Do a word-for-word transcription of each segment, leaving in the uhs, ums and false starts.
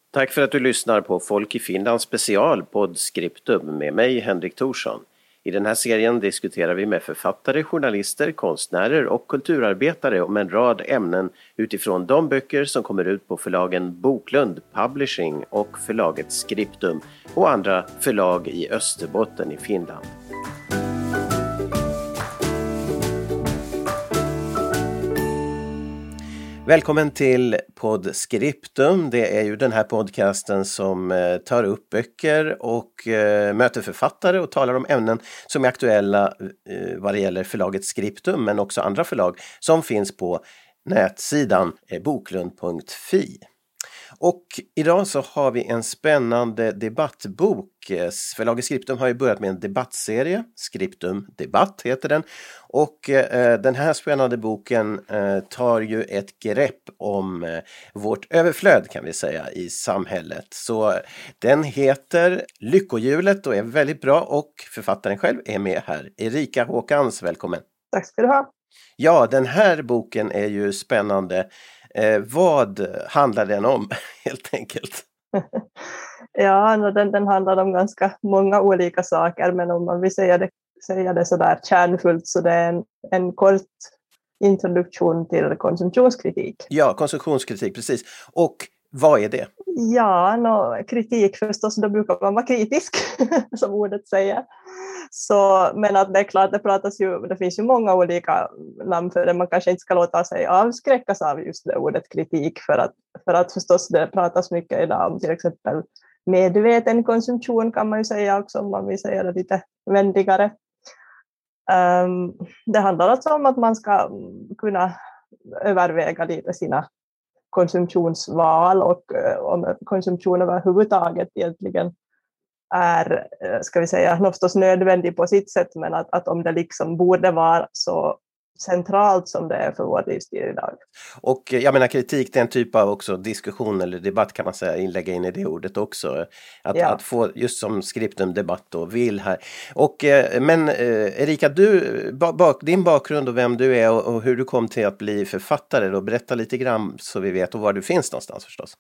Tack för att du lyssnar på Folk i Finland special Podscriptum med mig Henrik Thorsson. I den här serien diskuterar vi med författare, journalister, konstnärer och kulturarbetare om en rad ämnen utifrån de böcker som kommer ut på förlagen Boklund Publishing och förlaget Scriptum och andra förlag i Österbotten i Finland. Välkommen till Podscriptum. Det är ju den här podcasten som tar upp böcker och möter författare och talar om ämnen som är aktuella vad det gäller förlaget Scriptum men också andra förlag som finns på nätsidan boklund punkt fi. Och idag så har vi en spännande debattbok. Förlaget Scriptum har ju börjat med en debattserie. Scriptum Debatt heter den. Och eh, den här spännande boken eh, tar ju ett grepp om eh, vårt överflöd kan vi säga i samhället. Så den heter Lyckohjulet och är väldigt bra och författaren själv är med här. Erika Håkans, välkommen. Tack ska du ha. Ja, den här boken är ju spännande. Eh, vad handlar den om helt enkelt? Ja, den, den handlar om ganska många olika saker, men om man vill säga det, säga det sådär kärnfullt så det är en, en kort introduktion till konsumtionskritik. Ja, konsumtionskritik, precis. Och vad är det? Ja, no, kritik förstås, då brukar man vara kritisk, som ordet säger. Så, men att det är klart, det pratas ju, det finns ju många olika namn för det. Man kanske inte ska låta sig avskräckas av just det ordet kritik, för att, för att förstås det pratas mycket idag om till exempel medveten konsumtion kan man ju säga också, om man vill säga det lite vänligare. Um, det handlar alltså om att man ska kunna överväga lite sina konsumtionsval och uh, om konsumtion överhuvudtaget egentligen är, ska vi säga, förstås nödvändig på sitt sätt, men att, att om det liksom borde vara så centralt som det är för vår livsstil idag. Och jag menar kritik, det är en typ av också diskussion eller debatt kan man säga, inlägga in i det ordet också. Att, ja. att få, just som Scriptum debatt och vill här. Och, men Erika, du, bak, din bakgrund och vem du är och, och hur du kom till att bli författare, då, berätta lite grann så vi vet och var du finns någonstans förstås.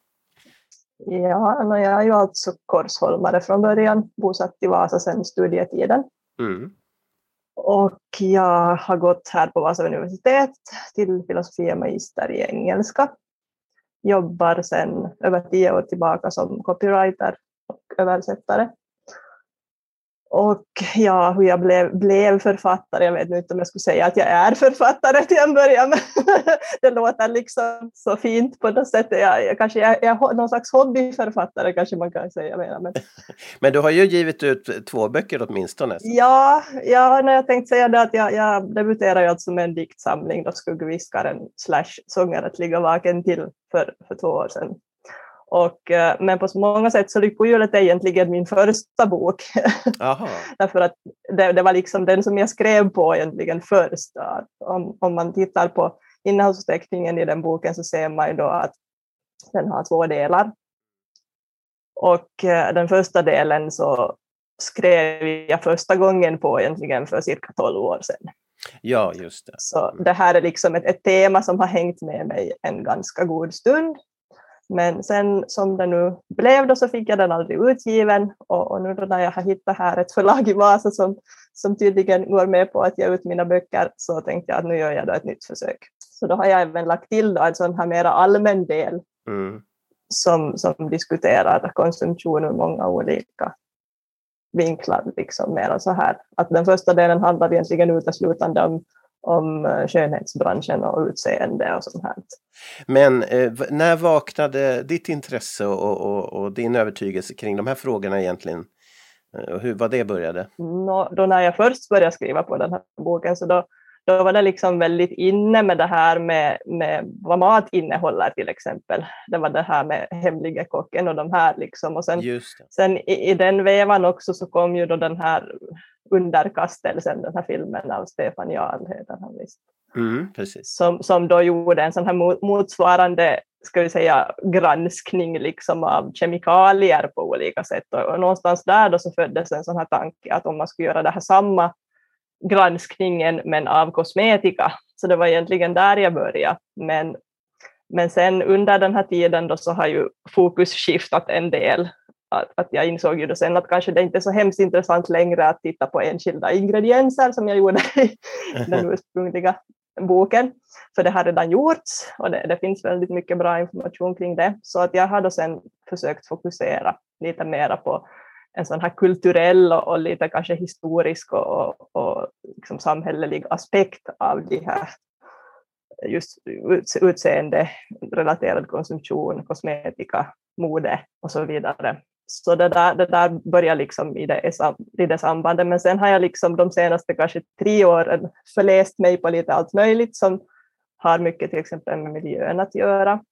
Ja, jag är ju alltså korsholmare från början, bosatt i Vasa sedan studietiden. Mm. Och jag har gått här på Vasa universitet till filosofie magister i engelska. Jobbar sedan över tio år tillbaka som copywriter och översättare. Och ja, hur jag blev, blev författare, jag vet inte om jag skulle säga att jag är författare till en början, men det låter liksom så fint på något sätt. Jag, jag, kanske, jag, jag är någon slags hobbyförfattare kanske man kan säga. Men, men du har ju givit ut två böcker åtminstone. Ja, ja när jag tänkte säga det att jag, jag debuterade ju alltså med en diktsamling, då Skuggviskaren slash Sånger att ligga vaken till för, för två år sedan. Och, men på så många sätt så Lyckohjulet är egentligen min första bok. Därför att det, det var liksom den som jag skrev på egentligen först. Om, om man tittar på innehållsteckningen i den boken så ser man ju då att den har två delar. Och den första delen så skrev jag första gången på egentligen för cirka tolv år sedan. Ja, just det. Så det här är liksom ett, ett tema som har hängt med mig en ganska god stund. Men sen som det nu blev då så fick jag den aldrig utgiven och, och nu då när jag har hittat här ett förlag i Vasa som, som tydligen går med på att ge ut mina böcker så tänkte jag att nu gör jag då ett nytt försök. Så då har jag även lagt till då en sån här mera allmän del mm. som, som diskuterar konsumtion ur många olika vinklar. Liksom mera så här. Att den första delen handlar egentligen uteslutande om om skönhetsbranschen och utseende och sånt här. Men eh, när vaknade ditt intresse och, och, och din övertygelse kring de här frågorna egentligen? Och hur var det började? Nå, då när jag först började skriva på den här boken så då, då var det liksom väldigt inne med det här med, med vad mat innehåller till exempel. Det var det här med Hemliga kocken och de här liksom. Och sen, sen i, i den vevan också så kom ju då den här Underkastelsen, den här filmen av Stefan Jarl heter han visst. Mm, precis. Som, som då gjorde en sån här motsvarande, ska vi säga, granskning liksom av kemikalier på olika sätt. Och, och någonstans där då så föddes en sån här tanke att om man skulle göra det här samma granskningen men av kosmetika. Så det var egentligen där jag började. Men Men sen under den här tiden då så har ju fokus skiftat en del. Att, att jag insåg ju då sen att kanske det inte är så hemskt intressant längre att titta på enskilda ingredienser som jag gjorde i den ursprungliga boken. För det har redan gjorts och det, det finns väldigt mycket bra information kring det. Så att jag har då sen försökt fokusera lite mera på en sån här kulturell och, och lite kanske historisk och, och, och liksom samhällelig aspekt av de här just utseende, relaterad konsumtion, kosmetika, mode och så vidare. Så det där, det där börjar liksom i det, i det sambandet. Men sen har jag liksom de senaste kanske tre åren förläst mig på lite allt möjligt som har mycket till exempel med miljön att göra.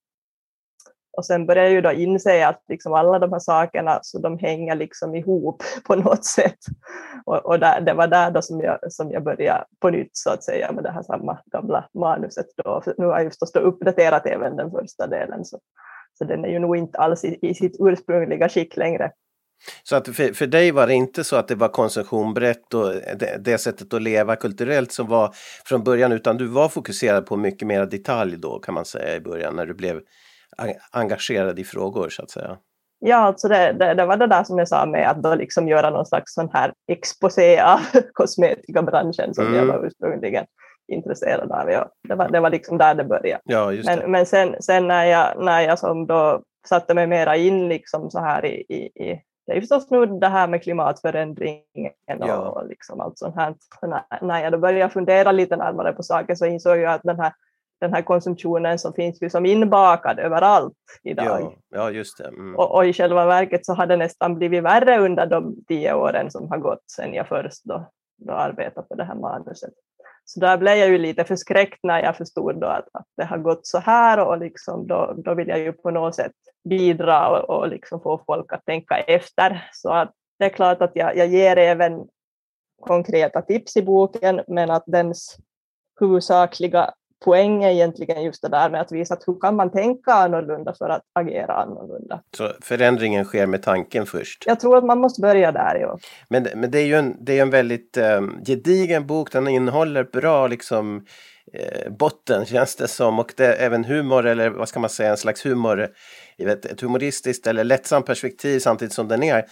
Och sen börjar jag ju då inse att liksom alla de här sakerna så de hänger liksom ihop på något sätt. Och, och där, det var där då som jag, som jag började på nytt så att säga med det här samma gamla manuset då. För nu har jag just då uppdaterat även den första delen så, så den är ju nog inte alls i, i sitt ursprungliga skick längre. Så att för, för dig var det inte så att det var konsumtion brett och det, det sättet att leva kulturellt som var från början, utan du var fokuserad på mycket mer detalj då kan man säga i början när du blev engagerad i frågor så att säga. Ja, alltså det, det, det var det där som jag sa med att då liksom göra någon slags sån här exposé av kosmetikabranschen som mm. jag var ursprungligen intresserad av. Ja, det, var, det var liksom där det började. Ja, just men det. men sen, sen när jag, när jag som då satte mig mera in liksom så här i, i, i det är förstås nu det här med klimatförändringen och, ja. och liksom allt sånt här. När, när jag då började fundera lite närmare på saker så insåg jag att den här den här konsumtionen som finns ju som inbakad överallt idag. Ja, ja just det. Mm. Och, och i själva verket så har det nästan blivit värre under de tio åren som har gått sedan jag först då, då arbetade på det här manuset. Så där blev jag ju lite förskräckt när jag förstod då att, att det har gått så här och liksom då, då vill jag ju på något sätt bidra och, och liksom få folk att tänka efter. Så att det är klart att jag, jag ger även konkreta tips i boken men att dens huvudsakliga poäng är egentligen just det där med att visa att hur kan man tänka annorlunda för att agera annorlunda. Så förändringen sker med tanken först? Jag tror att man måste börja där, ja. Men, men det är ju en, det är en väldigt um, gedigen bok, den innehåller bra liksom eh, botten känns det som och det är även humor eller vad ska man säga, en slags humor, vet, ett humoristiskt eller lättsamt perspektiv samtidigt som den är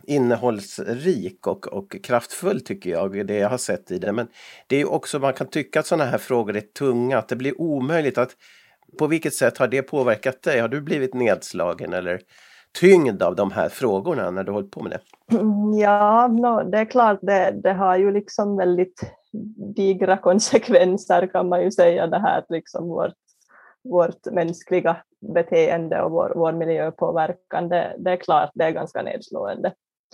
innehållsrik och, och kraftfull tycker jag, det jag har sett i det. Men det är ju också, man kan tycka att sådana här frågor är tunga, att det blir omöjligt att, på vilket sätt har det påverkat dig? Har du blivit nedslagen eller tyngd av de här frågorna när du hållit på med det? Ja, no, det är klart, det, det har ju liksom väldigt digra konsekvenser kan man ju säga det här, liksom vårt, vårt mänskliga beteende och vår, vår miljöpåverkan, det, det är klart, det är ganska nedslående.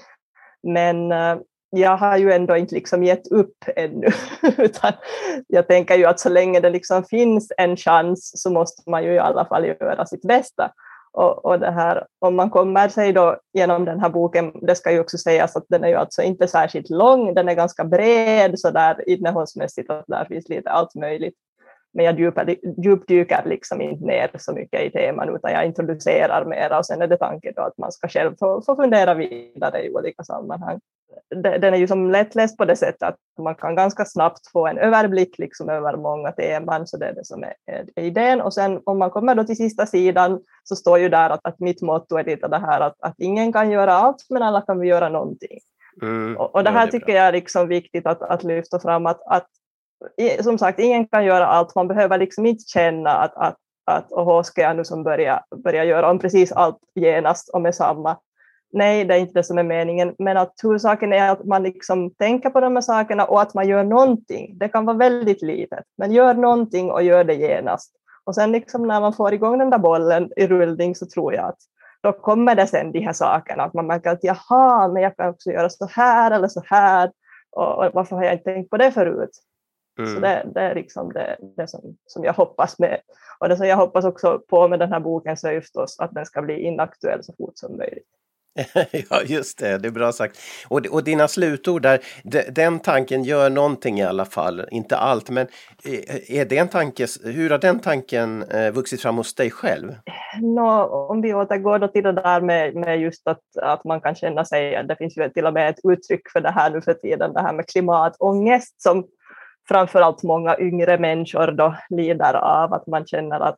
Men uh, jag har ju ändå inte liksom gett upp ännu, utan jag tänker ju att så länge det liksom finns en chans så måste man ju i alla fall göra sitt bästa. Och, och det här, om man kommer sig då genom den här boken, det ska ju också sägas att den är ju alltså inte särskilt lång, den är ganska bred så där innehållsmässigt att där finns lite allt möjligt. Men jag djupar, djupdyker liksom inte ner så mycket i teman utan jag introducerar mera och sen är det tanken då att man ska själv få, få fundera vidare i olika sammanhang. Den är ju som lättläst på det sättet att man kan ganska snabbt få en överblick liksom över många teman, så det är det som är, är idén. Och sen om man kommer då till sista sidan så står ju där att, att mitt motto är lite det här att, att ingen kan göra allt men alla kan vi göra någonting. Mm, och, och det här ja, det tycker bra. Jag är liksom viktigt att, att lyfta fram att, att som sagt, ingen kan göra allt. Man behöver liksom inte känna att, att, att åh, ska jag nu som börja, börja göra om precis allt genast och med samma. Nej, det är inte det som är meningen. Men att huvudsaken är att man liksom tänker på de här sakerna och att man gör någonting. Det kan vara väldigt litet, men gör någonting och gör det genast. Och sen liksom när man får igång den där bollen i rullning så tror jag att då kommer det sen de här sakerna. Att man märker att jaha, men jag kan också göra så här eller så här. Och, och varför har jag inte tänkt på det förut? Mm. Så det, det är liksom det, det som, som jag hoppas med. Och det som jag hoppas också på med den här boken så är förstås att den ska bli inaktuell så fort som möjligt. Ja, just det. Det är bra sagt. Och, och dina slutord där, de, den tanken gör någonting i alla fall. Inte allt, men är det en tanke, hur har den tanken eh, vuxit fram hos dig själv? No, om vi återgår då till det där med, med just att, att man kan känna sig, det finns ju till och med ett uttryck för det här nu för tiden, det här med klimatångest som framförallt många yngre människor då lider av, att man känner att,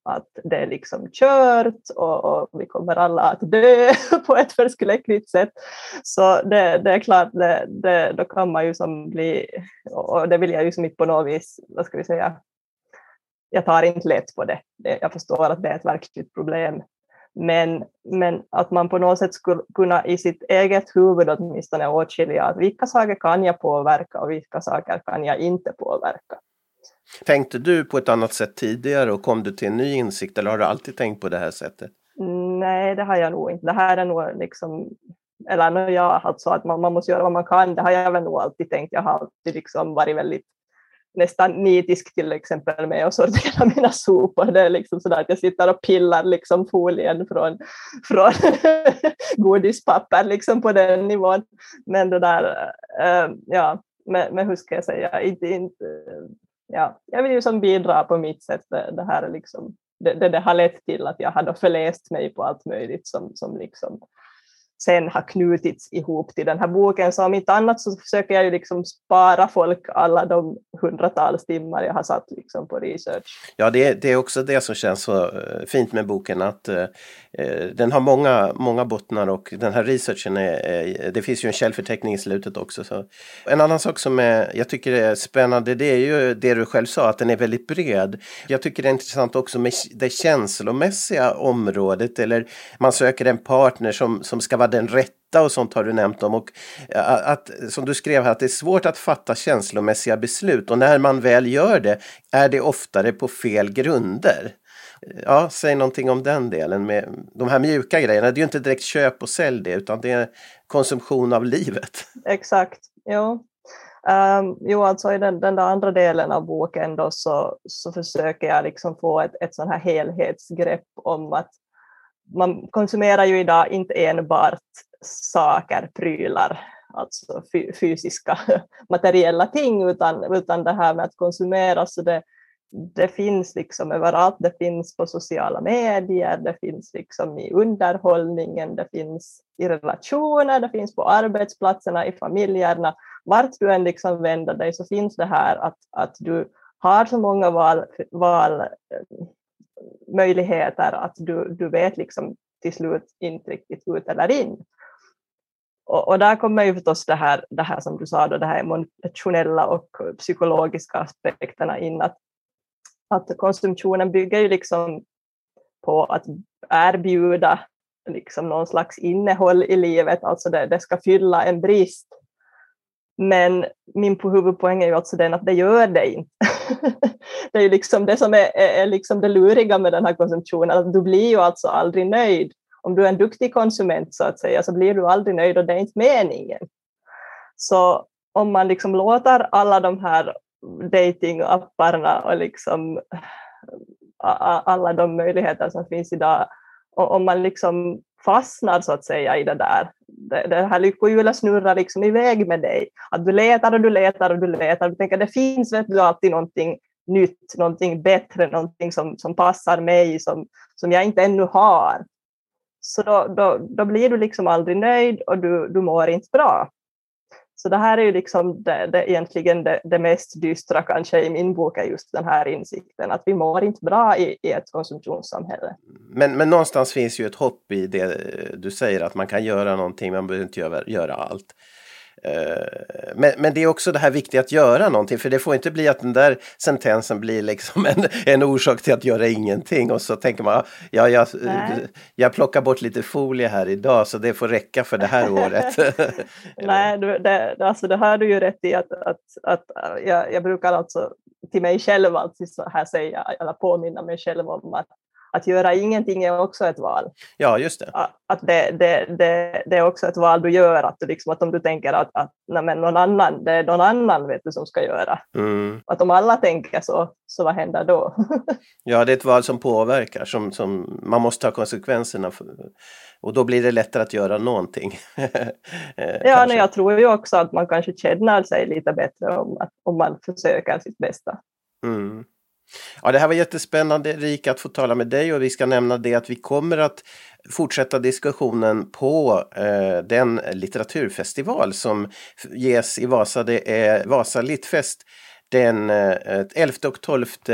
att det är liksom kört och, och vi kommer alla att dö på ett förskräckligt sätt. Så det, det är klart, det, det, då kan man ju som bli, och det vill jag ju som inte på något vis, vad ska vi säga, jag tar inte lätt på det. Jag förstår att det är ett verkligt problem. Men, men att man på något sätt skulle kunna i sitt eget huvud åtminstone åtskilja att vilka saker kan jag påverka och vilka saker kan jag inte påverka. Tänkte du på ett annat sätt tidigare och kom du till en ny insikt, eller har du alltid tänkt på det här sättet? Nej, det har jag nog inte. Det här är nog liksom, eller när jag alltså att man, man måste göra vad man kan, det har jag väl nog alltid tänkt. Jag har alltid liksom varit väldigt nästan nitisk till exempel med att sortera mina sopor. Det är liksom sådär att jag sitter och pillar liksom folien från, från godispapper liksom på den nivån. Men det där, äh, ja, men, men hur ska jag säga, inte, inte, ja, jag vill ju som bidra på mitt sätt. Det, det här är liksom, det, det, det har lett till att jag hade förläst mig på allt möjligt som, som liksom sen har knutits ihop till den här boken. Så om inte annat så försöker jag ju liksom spara folk alla de hundratals timmar jag har satt liksom på research. Ja, det är, det är också det som känns så fint med boken, att eh, den har många, många bottnar, och den här researchen är, är, det finns ju en källförteckning i slutet också. Så. En annan sak som är, jag tycker är spännande, det är ju det du själv sa, att den är väldigt bred. Jag tycker det är intressant också med det känslomässiga området, eller man söker en partner som, som ska vara den rätta och sånt har du nämnt om, och att, som du skrev här, att det är svårt att fatta känslomässiga beslut, och när man väl gör det är det oftare på fel grunder. Ja, säg någonting om den delen med de här mjuka grejerna. Det är ju inte direkt köp och sälj det, utan det är konsumtion av livet. Exakt, jo. Um, jo, alltså i den, den där andra delen av boken då så, så försöker jag liksom få ett, ett sån här helhetsgrepp om att man konsumerar ju idag inte enbart saker, prylar, alltså fysiska materiella ting, utan, utan det här med att konsumera, så det, det finns liksom överallt. Det finns på sociala medier, det finns liksom i underhållningen, det finns i relationer, det finns på arbetsplatserna, i familjerna. Vart du än liksom vänder dig så finns det här att, att du har så många val, val möjligheter att du, du vet liksom till slut inte riktigt ut eller in. Och, och där kommer ju förstås det här, det här som du sa då, det här emotionella och psykologiska aspekterna in, att, att konsumtionen bygger ju liksom på att erbjuda liksom någon slags innehåll i livet, alltså det, det ska fylla en brist. Men min huvudpoäng är ju alltså den att det gör det inte. Det är ju liksom det som är, är liksom det luriga med den här konsumtionen, att du blir ju alltså aldrig nöjd. Om du är en duktig konsument så att säga, så blir du aldrig nöjd, och det är inte meningen. Så om man liksom låter alla de här datingapparna och liksom alla de möjligheter som finns idag, och om man liksom fastnar så att säga i det där, det, det här lyckohjulet snurrar liksom iväg med dig, att du letar och du letar och du letar, du tänker det finns vet du alltid någonting nytt, någonting bättre, någonting som, som passar mig, som, som jag inte ännu har. Så då, då, då blir du liksom aldrig nöjd, och du, du mår inte bra. Så det här är ju liksom det, det, egentligen det, det mest dystra kanske i min bok, är just den här insikten att vi mår inte bra i, i ett konsumtionssamhälle. Men, men någonstans finns ju ett hopp i det du säger, att man kan göra någonting, man behöver inte göra, göra allt. Men, men det är också det här viktiga att göra någonting, för det får inte bli att den där sentensen blir liksom en, en orsak till att göra ingenting, och så tänker man, ja, jag, jag plockar bort lite folie här idag så det får räcka för det här året. Nej, det, alltså det har du ju rätt i, att, att, att jag, jag brukar alltså till mig själv alltid så här säga, eller påminna mig själv om att Att göra ingenting är också ett val. Ja, just det. Att det, det, det, det är också ett val du gör. Att, du liksom, att om du tänker att, att nej, men någon annan, det är någon annan vet du, som ska göra. Mm. Att om alla tänker så, så vad händer då? Ja, det är ett val som påverkar. Som, som man måste ta konsekvenserna för, och då blir det lättare att göra någonting. Ja, nej, jag tror ju också att man kanske känner sig lite bättre om, om man försöker sitt bästa. Mm. Ja, det här var jättespännande, Erika, att få tala med dig, och vi ska nämna det att vi kommer att fortsätta diskussionen på eh, den litteraturfestival som ges i Vasa. Det är Vasa Littfest den eh, elfte och tolfte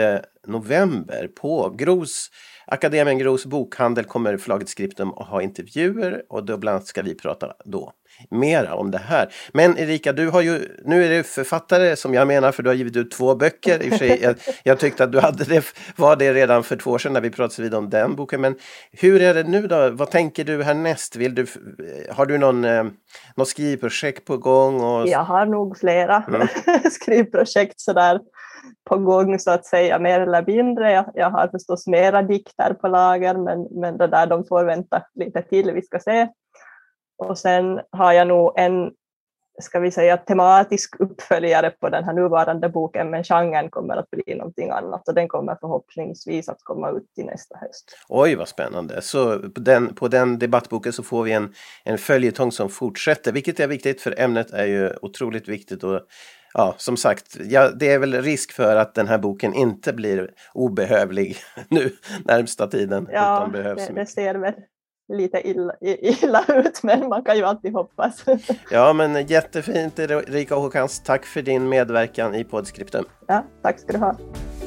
november på Gros, Akademien Gros bokhandel kommer förlaget Skriptum att ha intervjuer och då bland annat ska vi prata då mera om det här. Men Erika, du har ju, nu är du författare som jag menar, för du har givit ut två böcker. I och för sig, jag, jag tyckte att du hade det, var det redan för två år sedan när vi pratade vid om den boken. Men hur är det nu då? Vad tänker du härnäst? Vill du, har du någon, eh, någon skrivprojekt på gång? Och... Jag har nog flera mm. skrivprojekt sådär på gång så att säga, mer eller mindre. Jag, jag har förstås mera dikter på lager, men, men det där de får vänta lite till, vi ska se. Och sen har jag nog en, ska vi säga, tematisk uppföljare på den här nuvarande boken, men genren kommer att bli någonting annat och den kommer förhoppningsvis att komma ut till nästa höst. Oj, vad spännande. Så på den, på den debattboken så får vi en, en följetong som fortsätter, vilket är viktigt för ämnet är ju otroligt viktigt. Och ja, som sagt, ja, det är väl risk för att den här boken inte blir obehövlig nu närmsta tiden. Ja, utan behövs det, det ser väl lite illa, illa ut, men man kan ju alltid hoppas. Ja, men jättefint Erika Håkans. Tack för din medverkan i Podskriptum. Ja, tack ska du ha.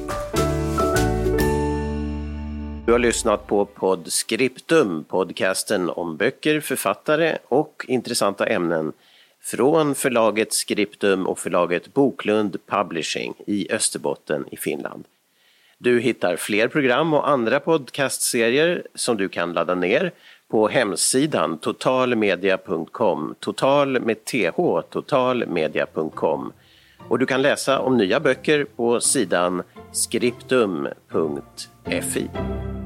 Du har lyssnat på Podskriptum, podcasten om böcker, författare och intressanta ämnen från förlaget Skriptum och förlaget Boklund Publishing i Österbotten i Finland. Du hittar fler program och andra podcastserier som du kan ladda ner på hemsidan totalmedia punkt com, total med th, totalmedia punkt com. Och du kan läsa om nya böcker på sidan skriptum punkt fi.